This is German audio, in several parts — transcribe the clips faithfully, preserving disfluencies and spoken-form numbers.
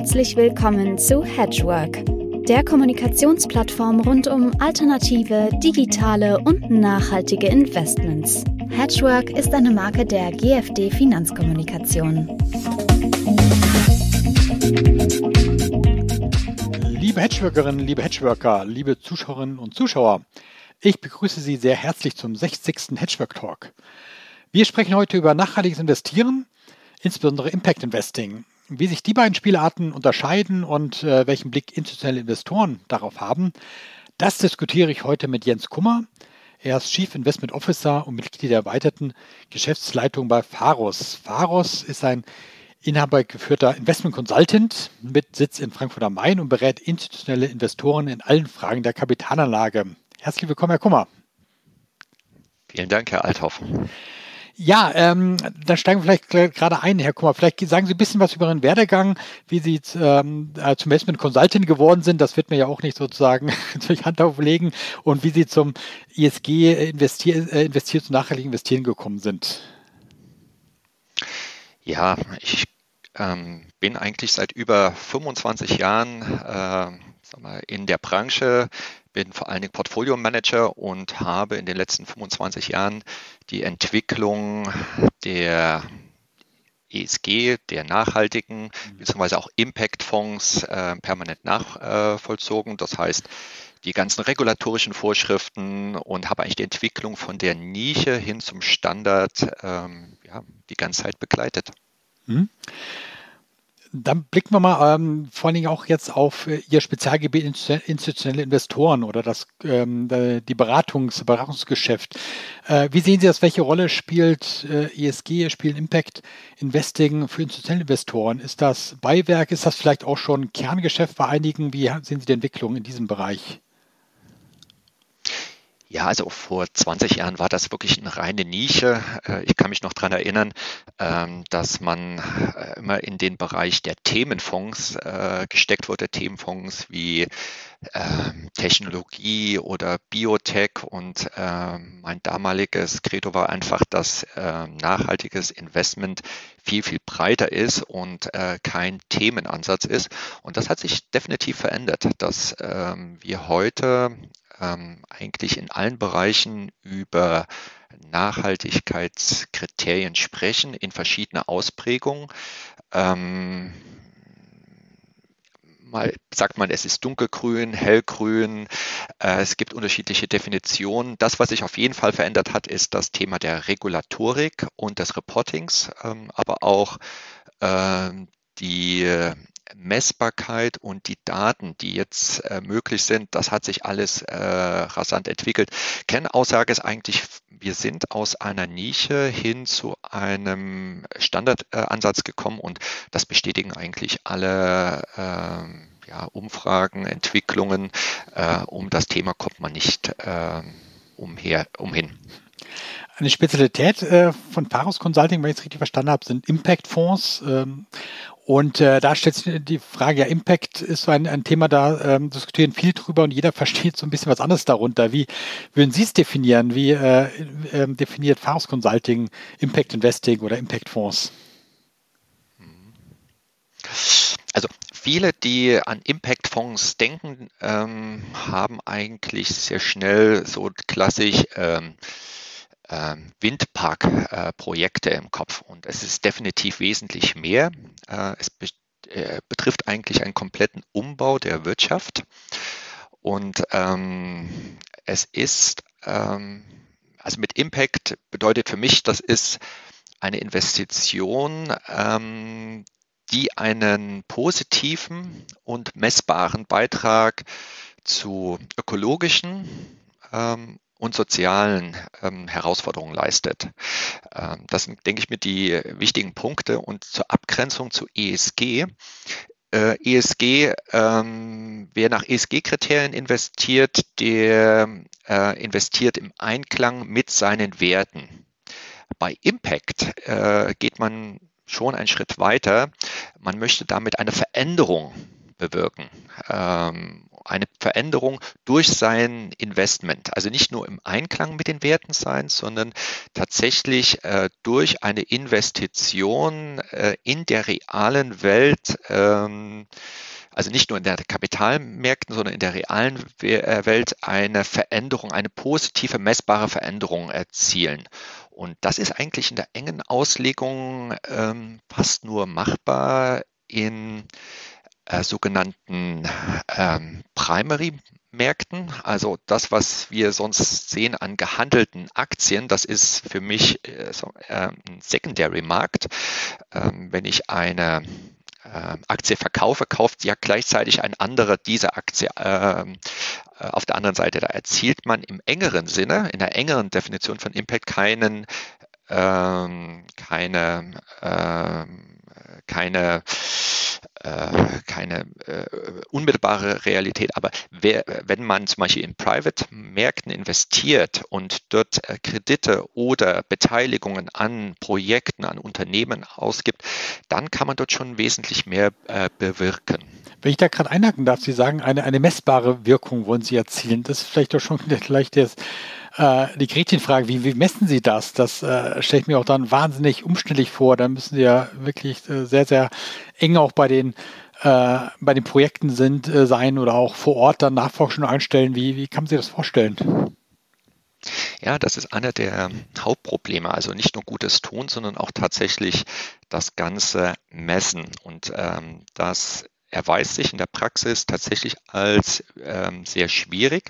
Herzlich willkommen zu Hedgework, der Kommunikationsplattform rund um alternative, digitale und nachhaltige Investments. Hedgework ist eine Marke der G F D Finanzkommunikation. Liebe Hedgeworkerinnen, liebe Hedgeworker, liebe Zuschauerinnen und Zuschauer, ich begrüße Sie sehr herzlich zum sechzigsten Hedgework Talk. Wir sprechen heute über nachhaltiges Investieren, insbesondere Impact Investing. Wie sich die beiden Spielarten unterscheiden und äh, welchen Blick institutionelle Investoren darauf haben, das diskutiere ich heute mit Jens Kummer. Er ist Chief Investment Officer und Mitglied der erweiterten Geschäftsleitung bei Pharos. Pharos ist ein inhabergeführter Investment Consultant mit Sitz in Frankfurt am Main und berät institutionelle Investoren in allen Fragen der Kapitalanlage. Herzlich willkommen, Herr Kummer. Vielen Dank, Herr Althoff. Ja, ähm, dann steigen wir vielleicht gerade ein, Herr Kummer. Vielleicht sagen Sie ein bisschen was über Ihren Werdegang, wie Sie ähm, zum Investment Consultant geworden sind. Das wird mir ja auch nicht sozusagen durch Hand auflegen. Und wie Sie zum E S G investiert, äh, investiert und nachhaltig investieren gekommen sind. Ja, ich ähm, bin eigentlich seit über fünfundzwanzig Jahren äh, sag mal, in der Branche, bin vor allen Dingen Portfolio-Manager und habe in den letzten fünfundzwanzig Jahren die Entwicklung der E S G, der nachhaltigen, beziehungsweise auch Impact-Fonds äh, permanent nachvollzogen. Das heißt, die ganzen regulatorischen Vorschriften und habe eigentlich die Entwicklung von der Nische hin zum Standard ähm, ja, die ganze Zeit begleitet. Hm. Dann blicken wir mal ähm, vor allen Dingen auch jetzt auf äh, Ihr Spezialgebiet institutionelle Investoren oder das, ähm, die Beratungs, Beratungsgeschäft. Äh, wie sehen Sie das? Welche Rolle spielt äh, E S G, spielt Impact Investing für institutionelle Investoren? Ist das Beiwerk? Ist das vielleicht auch schon Kerngeschäft bei einigen? Wie sehen Sie die Entwicklung in diesem Bereich? Ja, also vor zwanzig Jahren war das wirklich eine reine Nische. Ich kann mich noch daran erinnern, dass man immer in den Bereich der Themenfonds gesteckt wurde, Themenfonds wie Technologie oder Biotech. Und mein damaliges Credo war einfach, dass nachhaltiges Investment viel, viel breiter ist und kein Themenansatz ist. Und das hat sich definitiv verändert, dass wir heute Ähm, eigentlich in allen Bereichen über Nachhaltigkeitskriterien sprechen, in verschiedene Ausprägungen. Ähm, mal sagt man, es ist dunkelgrün, hellgrün, äh, es gibt unterschiedliche Definitionen. Das, was sich auf jeden Fall verändert hat, ist das Thema der Regulatorik und des Reportings, ähm, aber auch ähm, die Messbarkeit und die Daten, die jetzt äh, möglich sind, das hat sich alles äh, rasant entwickelt. Kernaussage ist eigentlich, wir sind aus einer Nische hin zu einem Standardansatz äh, gekommen und das bestätigen eigentlich alle äh, ja, Umfragen, Entwicklungen. Äh, um das Thema kommt man nicht äh, umher, umhin. Eine Spezialität äh, von Pharos Consulting, wenn ich es richtig verstanden habe, sind Impact-Fonds. Ähm, und äh, da stellt sich die Frage, ja, Impact ist so ein, ein Thema, da ähm, diskutieren viel drüber und jeder versteht so ein bisschen was anderes darunter. Wie würden Sie es definieren? Wie äh, äh, definiert Pharos Consulting Impact Investing oder Impact-Fonds? Also viele, die an Impact-Fonds denken, ähm, haben eigentlich sehr schnell so klassisch ähm, ähm, Windpark-Projekte äh, im Kopf. Und es ist definitiv wesentlich mehr. Äh, es be äh, betrifft eigentlich einen kompletten Umbau der Wirtschaft. Und ähm, es ist, ähm, also mit Impact bedeutet für mich, das ist eine Investition, ähm, die einen positiven und messbaren Beitrag zu ökologischen ähm, und sozialen ähm, Herausforderungen leistet. Ähm, das sind, denke ich, mir die wichtigen Punkte. Und zur Abgrenzung zu E S G. Äh, E S G, ähm, wer nach E S G-Kriterien investiert, der äh, investiert im Einklang mit seinen Werten. Bei Impact äh, geht man schon einen Schritt weiter. Man möchte damit eine Veränderung bewirken. Ähm, eine Veränderung durch sein Investment, also nicht nur im Einklang mit den Werten sein, sondern tatsächlich äh, durch eine Investition äh, in der realen Welt, ähm, also nicht nur in der Kapitalmärkten, sondern in der realen Welt eine Veränderung, eine positive, messbare Veränderung erzielen. Und das ist eigentlich in der engen Auslegung ähm, fast nur machbar in äh, sogenannten ähm, Primary-Märkten. Also das, was wir sonst sehen an gehandelten Aktien, das ist für mich äh, so, äh, ein Secondary-Markt. Ähm, wenn ich eine Aktie verkaufe, kauft ja gleichzeitig ein anderer diese Aktie äh, auf der anderen Seite. Da erzielt man im engeren Sinne, in der engeren Definition von Impact keinen, ähm, keine, ähm, keine, äh, keine äh, unmittelbare Realität. Aber wer, wenn man zum Beispiel in Private-Märkten investiert und dort äh, Kredite oder Beteiligungen an Projekten, an Unternehmen ausgibt, dann kann man dort schon wesentlich mehr äh, bewirken. Wenn ich da gerade einhaken darf, Sie sagen, eine, eine messbare Wirkung wollen Sie erzielen. Das ist vielleicht doch schon vielleicht das, äh, die Gretchenfrage, wie, wie messen Sie das? Das äh, stelle ich mir auch dann wahnsinnig umständlich vor. Da müssen Sie ja wirklich äh, sehr, sehr eng auch bei den, äh, bei den Projekten sind, äh, sein oder auch vor Ort dann Nachforschung einstellen. Wie, wie kann man sich das vorstellen? Ja, das ist einer der Hauptprobleme. Also nicht nur gutes Tun, sondern auch tatsächlich das ganze Messen. Und ähm, das erweist sich in der Praxis tatsächlich als ähm, sehr schwierig.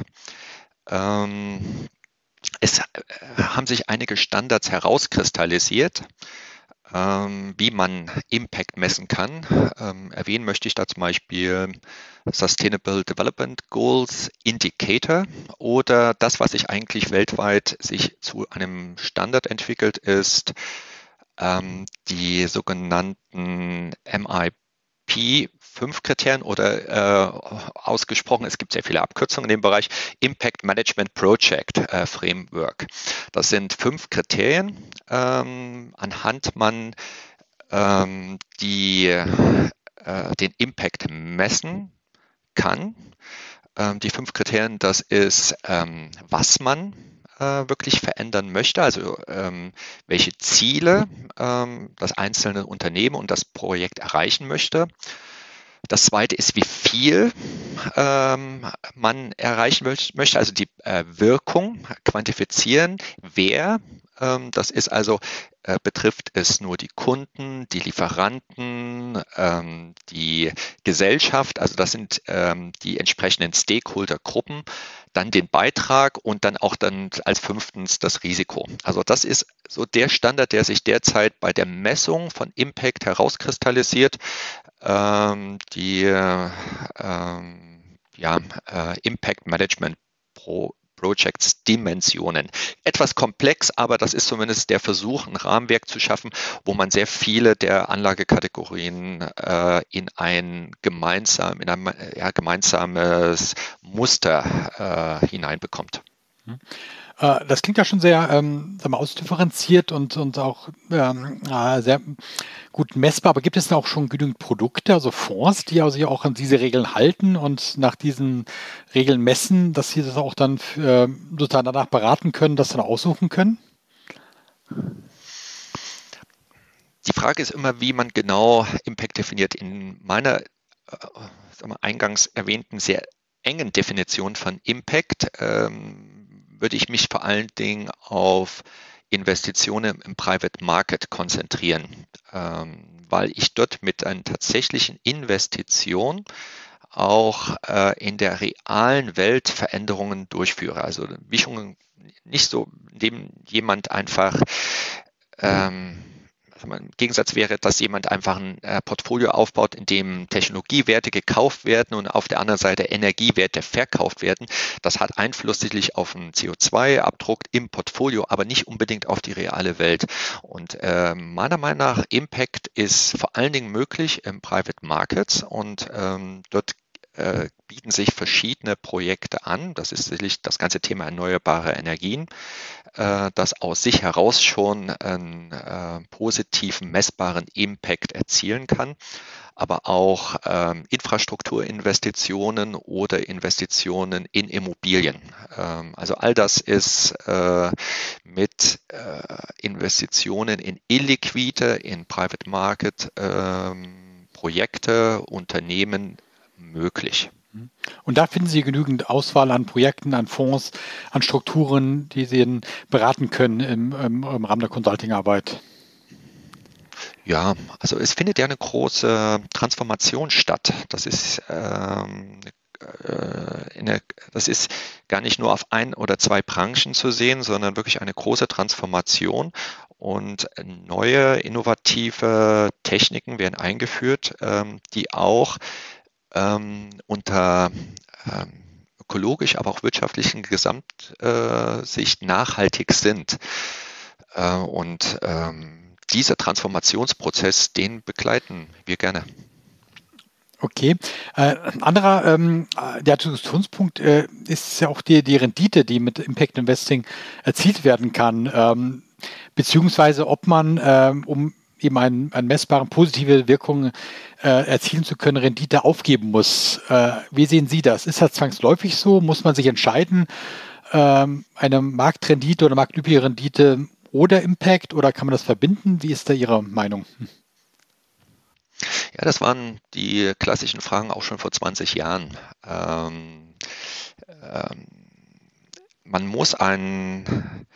Ähm, es äh, haben sich einige Standards herauskristallisiert, ähm, wie man Impact messen kann. Ähm, erwähnen möchte ich da zum Beispiel Sustainable Development Goals Indicator oder das, was sich eigentlich weltweit sich zu einem Standard entwickelt, ist ähm, die sogenannten M I P fünf Kriterien oder äh, ausgesprochen, es gibt sehr viele Abkürzungen in dem Bereich, Impact Management Project äh, Framework. Das sind fünf Kriterien, ähm, anhand man ähm, die, äh, den Impact messen kann. Ähm, die fünf Kriterien, das ist, ähm, was man äh, wirklich verändern möchte, also ähm, welche Ziele ähm, das einzelne Unternehmen und das Projekt erreichen möchte. Das zweite ist, wie viel ähm, man erreichen möchte, also die äh, Wirkung quantifizieren, wer. Ähm, das ist also, äh, betrifft es nur die Kunden, die Lieferanten, ähm, die Gesellschaft, also das sind ähm, die entsprechenden Stakeholder-Gruppen, dann den Beitrag und dann auch dann als fünftens das Risiko. Also das ist so der Standard, der sich derzeit bei der Messung von Impact herauskristallisiert. Ähm, die ähm, ja, äh, Impact Management Pro Projects Dimensionen. Etwas komplex, aber das ist zumindest der Versuch, ein Rahmenwerk zu schaffen, wo man sehr viele der Anlagekategorien äh, in ein gemeinsam, in ein ja, gemeinsames Muster äh, hineinbekommt. Hm. Das klingt ja schon sehr ähm, sagen wir, ausdifferenziert und, und auch ähm, sehr gut messbar. Aber gibt es da auch schon genügend Produkte, also Fonds, die also auch an diese Regeln halten und nach diesen Regeln messen, dass sie das auch dann äh, sozusagen danach beraten können, das dann aussuchen können? Die Frage ist immer, wie man genau Impact definiert. In meiner äh, sagen wir, eingangs erwähnten sehr engen Definition von Impact ähm, würde ich mich vor allen Dingen auf Investitionen im Private Market konzentrieren, ähm, weil ich dort mit einer tatsächlichen Investition auch äh, in der realen Welt Veränderungen durchführe. Also wie schon nicht so, indem jemand einfach ähm, im Gegensatz wäre, dass jemand einfach ein äh, Portfolio aufbaut, in dem Technologiewerte gekauft werden und auf der anderen Seite Energiewerte verkauft werden. Das hat Einfluss sicherlich auf den C O zwei Abdruck im Portfolio, aber nicht unbedingt auf die reale Welt. Und äh, meiner Meinung nach, Impact ist vor allen Dingen möglich im Private Markets und ähm, dort äh, bieten sich verschiedene Projekte an. Das ist sicherlich das ganze Thema erneuerbare Energien, äh, das aus sich heraus schon einen äh, positiven, messbaren Impact erzielen kann, aber auch ähm, Infrastrukturinvestitionen oder Investitionen in Immobilien. Ähm, also all das ist äh, mit äh, Investitionen in illiquide, in Private Market ähm, Projekte, Unternehmen möglich. Und da finden Sie genügend Auswahl an Projekten, an Fonds, an Strukturen, die Sie Ihnen beraten können im, im, im Rahmen der Consulting-Arbeit. Ja, also es findet ja eine große Transformation statt. Das ist, ähm, äh, eine, das ist gar nicht nur auf ein oder zwei Branchen zu sehen, sondern wirklich eine große Transformation. Und neue innovative Techniken werden eingeführt, ähm, die auch ähm, unter ähm, ökologisch, aber auch wirtschaftlichen Gesamtsicht nachhaltig sind. Äh, und ähm, dieser Transformationsprozess, den begleiten wir gerne. Okay. Äh, ein anderer ähm, der Diskussionspunkt äh, ist ja auch die, die Rendite, die mit Impact Investing erzielt werden kann, ähm, beziehungsweise ob man, ähm, um eben eine ein messbare positive Wirkung äh, erzielen zu können, Rendite aufgeben muss. Äh, wie sehen Sie das? Ist das zwangsläufig so? Muss man sich entscheiden, ähm, eine Marktrendite oder marktübliche Rendite oder Impact, oder kann man das verbinden? Wie ist da Ihre Meinung? Ja, das waren die klassischen Fragen auch schon vor zwanzig Jahren. Ähm, ähm, man muss ein,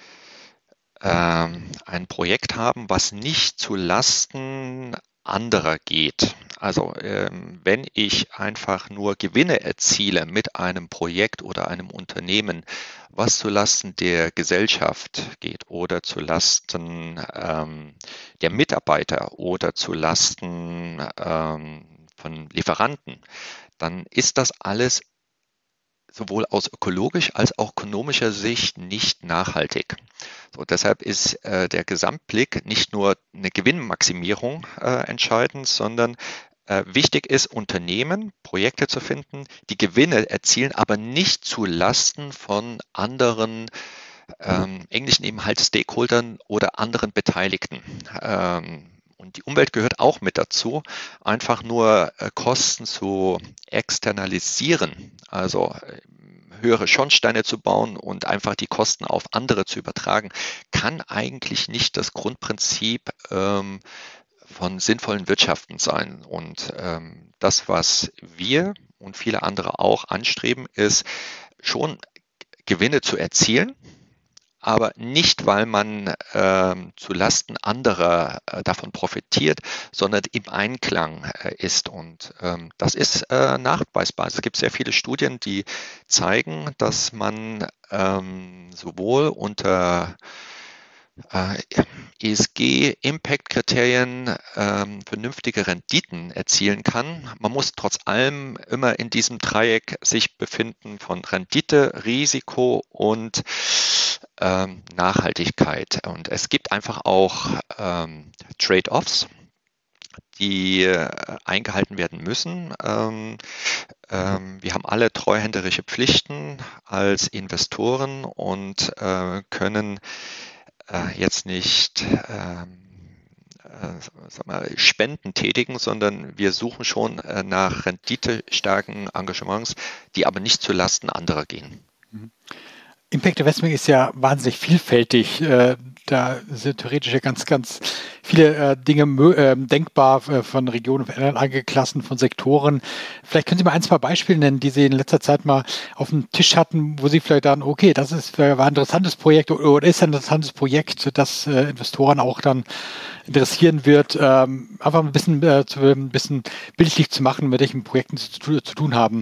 ähm, ein Projekt haben, was nicht zu Lasten anderer geht. Also ähm, wenn ich einfach nur Gewinne erziele mit einem Projekt oder einem Unternehmen, was zu Lasten der Gesellschaft geht oder zu Lasten ähm, der Mitarbeiter oder zu Lasten ähm, von Lieferanten, dann ist das alles sowohl aus ökologisch als auch ökonomischer Sicht nicht nachhaltig. So, deshalb ist äh, der Gesamtblick nicht nur eine Gewinnmaximierung äh, entscheidend, sondern äh, wichtig ist, Unternehmen, Projekte zu finden, die Gewinne erzielen, aber nicht zu Lasten von anderen, ähm, englischen eben halt Stakeholdern oder anderen Beteiligten. Ähm, Und die Umwelt gehört auch mit dazu, einfach nur äh, Kosten zu externalisieren, also äh, höhere Schornsteine zu bauen und einfach die Kosten auf andere zu übertragen, kann eigentlich nicht das Grundprinzip ähm, von sinnvollen Wirtschaften sein. Und ähm, das, was wir und viele andere auch anstreben, ist schon Gewinne zu erzielen, aber nicht, weil man ähm, zu Lasten anderer äh, davon profitiert, sondern im Einklang äh, ist. Und ähm, das ist äh, nachweisbar. Es gibt sehr viele Studien, die zeigen, dass man ähm, sowohl unter äh, E S G-Impact-Kriterien ähm, vernünftige Renditen erzielen kann. Man muss trotz allem immer in diesem Dreieck sich befinden von Rendite, Risiko und ähm, Nachhaltigkeit. Und es gibt einfach auch ähm, Trade-offs, die äh, eingehalten werden müssen. Ähm, ähm, wir haben alle treuhänderische Pflichten als Investoren und äh, können äh, jetzt nicht ähm, äh, sag mal, Spenden tätigen, sondern wir suchen schon äh, nach renditestarken Engagements, die aber nicht zu Lasten anderer gehen. Impact Investing ist ja wahnsinnig vielfältig. Äh, da sind theoretisch ja ganz, ganz viele äh, Dinge äh, denkbar äh, von Regionen, von Anlageklassen, von Sektoren. Vielleicht können Sie mal ein, zwei Beispiele nennen, die Sie in letzter Zeit mal auf dem Tisch hatten, wo Sie vielleicht sagen, okay, das ist, war ein interessantes Projekt oder ist ein interessantes Projekt, das äh, Investoren auch dann interessieren wird. Ähm, einfach ein bisschen, äh, zu, ein bisschen bildlich zu machen, mit welchen Projekten Sie zu, zu tun haben.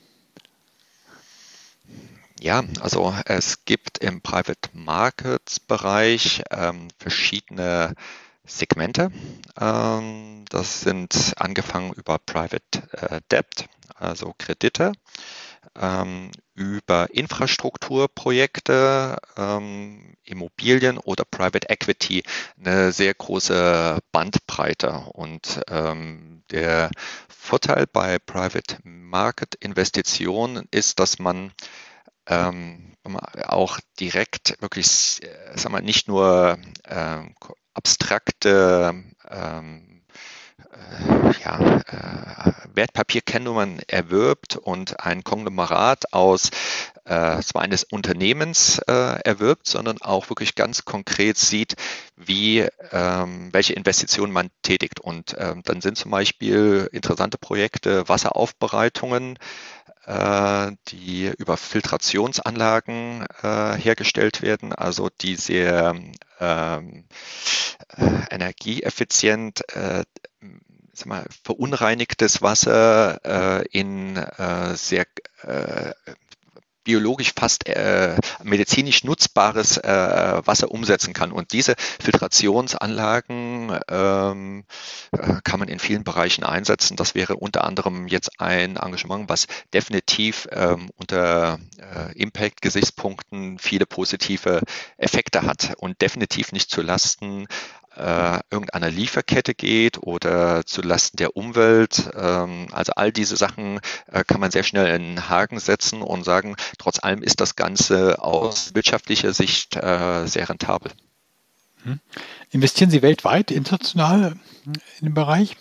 Ja, also es gibt im Private Markets Bereich ähm, verschiedene Segmente. Ähm, das sind angefangen über Private äh, Debt, also Kredite, ähm, über Infrastrukturprojekte, ähm, Immobilien oder Private Equity eine sehr große Bandbreite. Und ähm, der Vorteil bei Private Market Investitionen ist, dass man ähm, auch direkt wirklich, äh, sagen wir, nicht nur ähm, abstrakte ähm, äh, ja, äh, Wertpapierkennnummern erwirbt und ein Konglomerat aus äh, zwar eines Unternehmens äh, erwirbt, sondern auch wirklich ganz konkret sieht, wie ähm, welche Investitionen man tätigt. Und ähm, dann sind zum Beispiel interessante Projekte Wasseraufbereitungen, die über Filtrationsanlagen äh, hergestellt werden, also die sehr ähm, äh, energieeffizient äh, sag mal, verunreinigtes Wasser äh, in äh, sehr äh, biologisch fast äh, medizinisch nutzbares äh, Wasser umsetzen kann. Und diese Filtrationsanlagen ähm, äh, kann man in vielen Bereichen einsetzen. Das wäre unter anderem jetzt ein Engagement, was definitiv ähm, unter äh, Impact-Gesichtspunkten viele positive Effekte hat und definitiv nicht zu Lasten äh, irgendeiner Lieferkette geht oder zu Lasten der Umwelt. Ähm, also all diese Sachen äh, kann man sehr schnell in den Haken setzen und sagen, trotz allem ist das Ganze aus wirtschaftlicher Sicht äh, sehr rentabel. Hm. Investieren Sie weltweit, international in dem Bereich?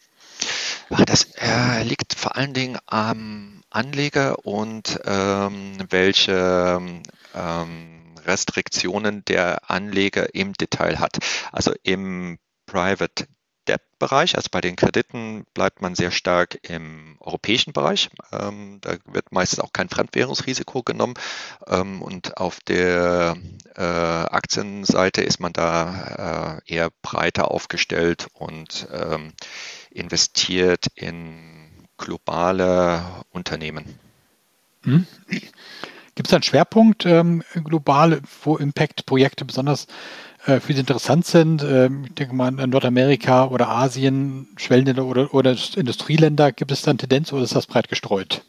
Das äh, liegt vor allen Dingen am Anleger und ähm, welche ähm, Restriktionen der Anleger im Detail hat. Also im Private Debt-Bereich, also bei den Krediten, bleibt man sehr stark im europäischen Bereich. Ähm, da wird meistens auch kein Fremdwährungsrisiko genommen. Ähm, und auf der äh, Aktienseite ist man da äh, eher breiter aufgestellt und ähm, investiert in globale Unternehmen. Hm. Gibt es einen Schwerpunkt ähm, global, wo Impact-Projekte besonders äh, für Sie interessant sind? Ähm, ich denke mal in Nordamerika oder Asien, Schwellenländer oder, oder Industrieländer. Gibt es da eine Tendenz oder ist das breit gestreut?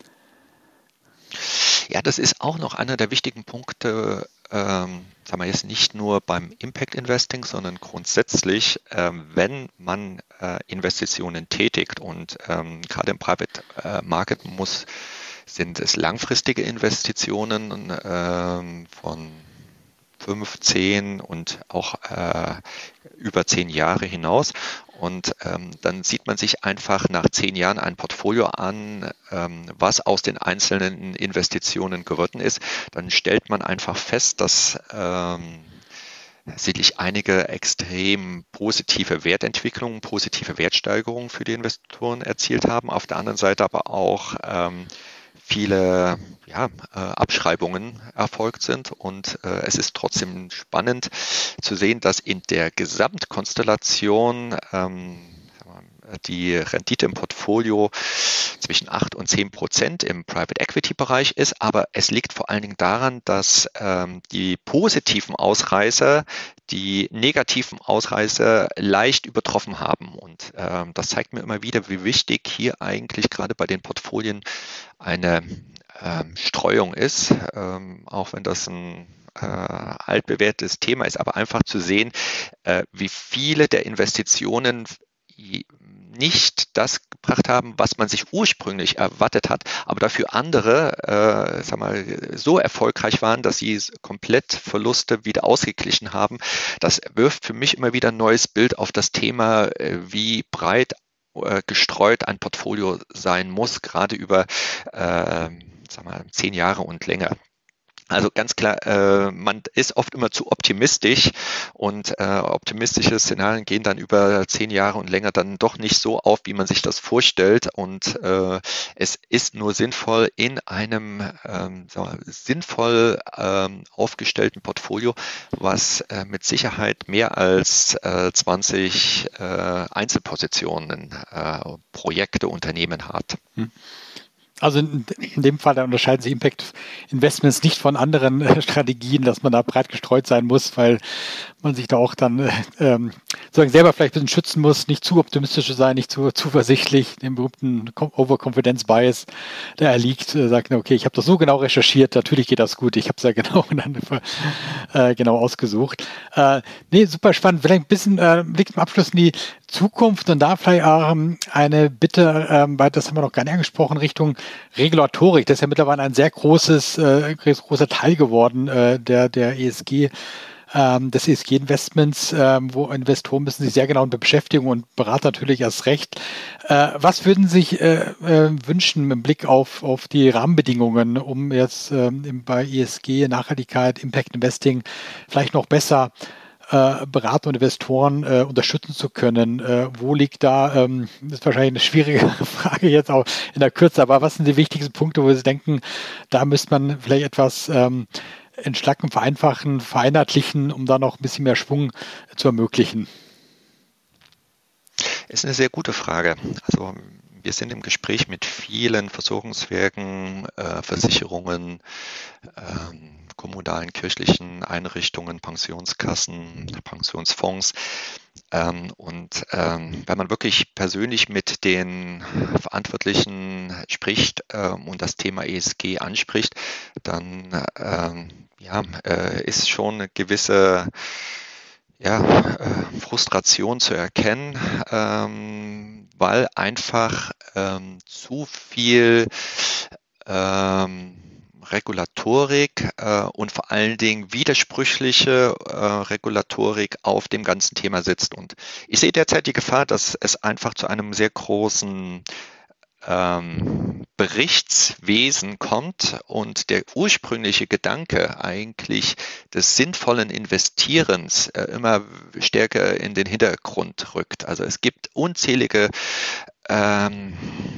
Ja, das ist auch noch einer der wichtigen Punkte, ähm, sagen wir jetzt nicht nur beim Impact Investing, sondern grundsätzlich, ähm, wenn man äh, Investitionen tätigt und ähm, gerade im Private äh, Market muss sind es langfristige Investitionen ähm, von fünf, zehn und auch äh, über zehn Jahre hinaus. Und ähm, dann sieht man sich einfach nach zehn Jahren ein Portfolio an, ähm, was aus den einzelnen Investitionen geworden ist. Dann stellt man einfach fest, dass ähm, sicherlich einige extrem positive Wertentwicklungen, positive Wertsteigerungen für die Investoren erzielt haben. Auf der anderen Seite aber auch ähm, viele ja, äh, Abschreibungen erfolgt sind und äh, es ist trotzdem spannend zu sehen, dass in der Gesamtkonstellation ähm, die Rendite im Portfolio zwischen acht und zehn Prozent im Private Equity Bereich ist, aber es liegt vor allen Dingen daran, dass ähm, die positiven Ausreißer die negativen Ausreißer leicht übertroffen haben. Und ähm, das zeigt mir immer wieder, wie wichtig hier eigentlich gerade bei den Portfolien eine ähm, Streuung ist, ähm, auch wenn das ein äh, altbewährtes Thema ist, aber einfach zu sehen, äh, wie viele der Investitionen nicht das gebracht haben, was man sich ursprünglich erwartet hat, aber dafür andere äh, sag mal, so erfolgreich waren, dass sie komplett Verluste wieder ausgeglichen haben. Das wirft für mich immer wieder ein neues Bild auf das Thema, äh, wie breit äh, gestreut ein Portfolio sein muss, gerade über äh, sag mal, zehn Jahre und länger. Also ganz klar, äh, man ist oft immer zu optimistisch und äh, optimistische Szenarien gehen dann über zehn Jahre und länger dann doch nicht so auf, wie man sich das vorstellt. Und äh, es ist nur sinnvoll, in einem ähm, sagen wir, sinnvoll ähm, aufgestellten Portfolio, was äh, mit Sicherheit mehr als äh, zwanzig äh, Einzelpositionen, äh, Projekte, Unternehmen hat. Hm. Also in, in dem Fall, da unterscheiden sich Impact Investments nicht von anderen äh, Strategien, dass man da breit gestreut sein muss, weil man sich da auch dann äh, ähm, sozusagen selber vielleicht ein bisschen schützen muss, nicht zu optimistisch sein, nicht zu zuversichtlich, dem berühmten Overconfidence Bias, der erliegt, äh, sagt, okay, ich habe das so genau recherchiert, natürlich geht das gut, ich habe es ja genau, dann, äh, genau ausgesucht. Äh, nee, super spannend. Vielleicht ein bisschen äh, Blick zum Abschluss in die Zukunft und da vielleicht auch ähm, eine Bitte, ähm, weil das haben wir noch gar nicht angesprochen, Richtung Regulatorik. Das ist ja mittlerweile ein sehr großes, äh, großer Teil geworden äh, der, der E S G, ähm, des E S G-Investments, ähm, wo Investoren müssen sich sehr genau damit beschäftigen und Berater natürlich erst recht. Äh, was würden Sie sich äh, äh, wünschen im Blick auf, auf die Rahmenbedingungen, um jetzt ähm, bei E S G, Nachhaltigkeit, Impact Investing vielleicht noch besser Äh, Berater und Investoren äh, unterstützen zu können? Äh, wo liegt da, ähm, das ist wahrscheinlich eine schwierige Frage jetzt auch in der Kürze, aber was sind die wichtigsten Punkte, wo Sie denken, da müsste man vielleicht etwas ähm, entschlacken, vereinfachen, vereinheitlichen, um da noch ein bisschen mehr Schwung zu ermöglichen? Ist eine sehr gute Frage. Also wir sind im Gespräch mit vielen Versorgungswerken, äh, Versicherungen, ähm, kommunalen kirchlichen Einrichtungen, Pensionskassen, Pensionsfonds. Ähm, und ähm, wenn man wirklich persönlich mit den Verantwortlichen spricht ähm, und das Thema E S G anspricht, dann ähm, ja, äh, ist schon eine gewisse ja, äh, Frustration zu erkennen, ähm, weil einfach ähm, zu viel ähm, Regulatorik äh, und vor allen Dingen widersprüchliche äh, Regulatorik auf dem ganzen Thema sitzt. Und ich sehe derzeit die Gefahr, dass es einfach zu einem sehr großen ähm, Berichtswesen kommt und der ursprüngliche Gedanke eigentlich des sinnvollen Investierens äh, immer stärker in den Hintergrund rückt. Also es gibt unzählige ähm,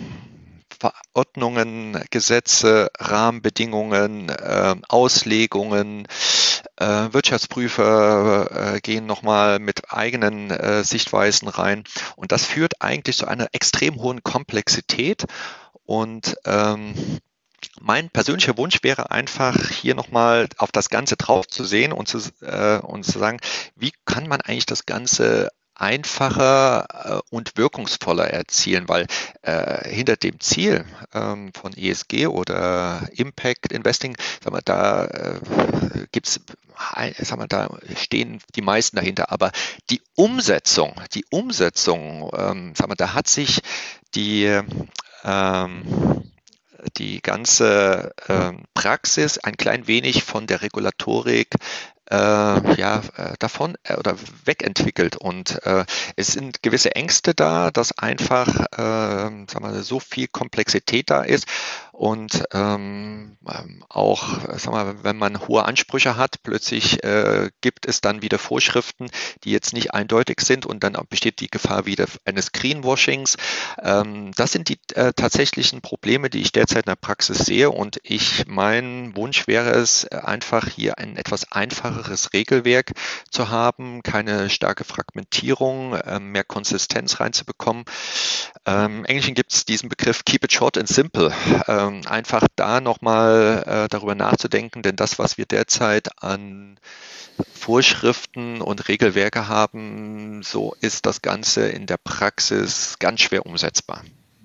Verordnungen, Gesetze, Rahmenbedingungen, äh, Auslegungen. Äh, Wirtschaftsprüfer äh, gehen nochmal mit eigenen äh, Sichtweisen rein. Und das führt eigentlich zu einer extrem hohen Komplexität. Und ähm, mein persönlicher Wunsch wäre einfach, hier nochmal auf das Ganze drauf zu sehen und zu, äh, und zu sagen, wie kann man eigentlich das Ganze einfacher äh, und wirkungsvoller erzielen, weil äh, hinter dem Ziel ähm, von E S G oder Impact Investing, sag mal, da äh, gibt's, sag mal, da stehen die meisten dahinter, aber die Umsetzung, die Umsetzung, ähm, sag mal, da hat sich die ähm, die ganze äh, Praxis ein klein wenig von der Regulatorik Äh, ja, äh, davon äh, oder wegentwickelt und äh, es sind gewisse Ängste da, dass einfach äh, sagen wir, so viel Komplexität da ist und ähm, auch, sagen wir, wenn man hohe Ansprüche hat, plötzlich äh, gibt es dann wieder Vorschriften, die jetzt nicht eindeutig sind und dann besteht die Gefahr wieder eines Greenwashings. Ähm, das sind die äh, tatsächlichen Probleme, die ich derzeit in der Praxis sehe und ich, mein Wunsch wäre es einfach hier ein etwas einfaches Regelwerk zu haben, keine starke Fragmentierung, mehr Konsistenz reinzubekommen. Ähm, Im Englischen gibt es diesen Begriff Keep it short and simple. Ähm, einfach da nochmal äh, darüber nachzudenken, denn das, was wir derzeit an Vorschriften und Regelwerke haben, so ist das Ganze in der Praxis ganz schwer umsetzbar.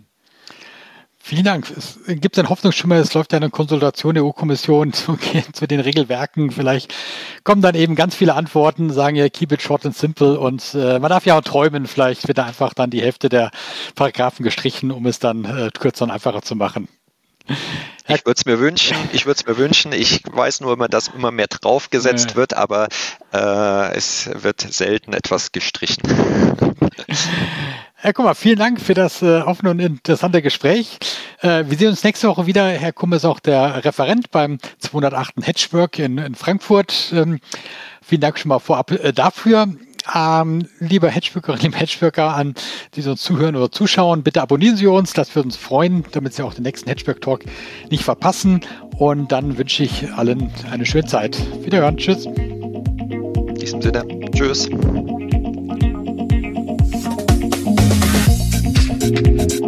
Vielen Dank. Es gibt einen Hoffnungsschimmer, es läuft ja eine Konsultation der E U-Kommission zu, zu den Regelwerken. Vielleicht kommen dann eben ganz viele Antworten, sagen ja, keep it short and simple und äh, man darf ja auch träumen, vielleicht wird da einfach dann die Hälfte der Paragraphen gestrichen, um es dann äh, kürzer und einfacher zu machen. Ich würde es mir wünschen, ich würde es mir wünschen. Ich weiß nur immer, dass immer mehr draufgesetzt ja. wird, aber äh, es wird selten etwas gestrichen. Herr Kummer, vielen Dank für das äh, offene und interessante Gespräch. Äh, wir sehen uns nächste Woche wieder. Herr Kummer ist auch der Referent beim zweihundertacht Hedgework in, in Frankfurt. Ähm, vielen Dank schon mal vorab äh, dafür. Ähm, liebe Hedgeworkerinnen, liebe Hedgeworker, an die uns zuhören oder zuschauen, bitte abonnieren Sie uns, das würde uns freuen, damit Sie auch den nächsten Hedgework Talk nicht verpassen. Und dann wünsche ich allen eine schöne Zeit. Wiederhören, tschüss. In diesem Sinne, tschüss. Thank you.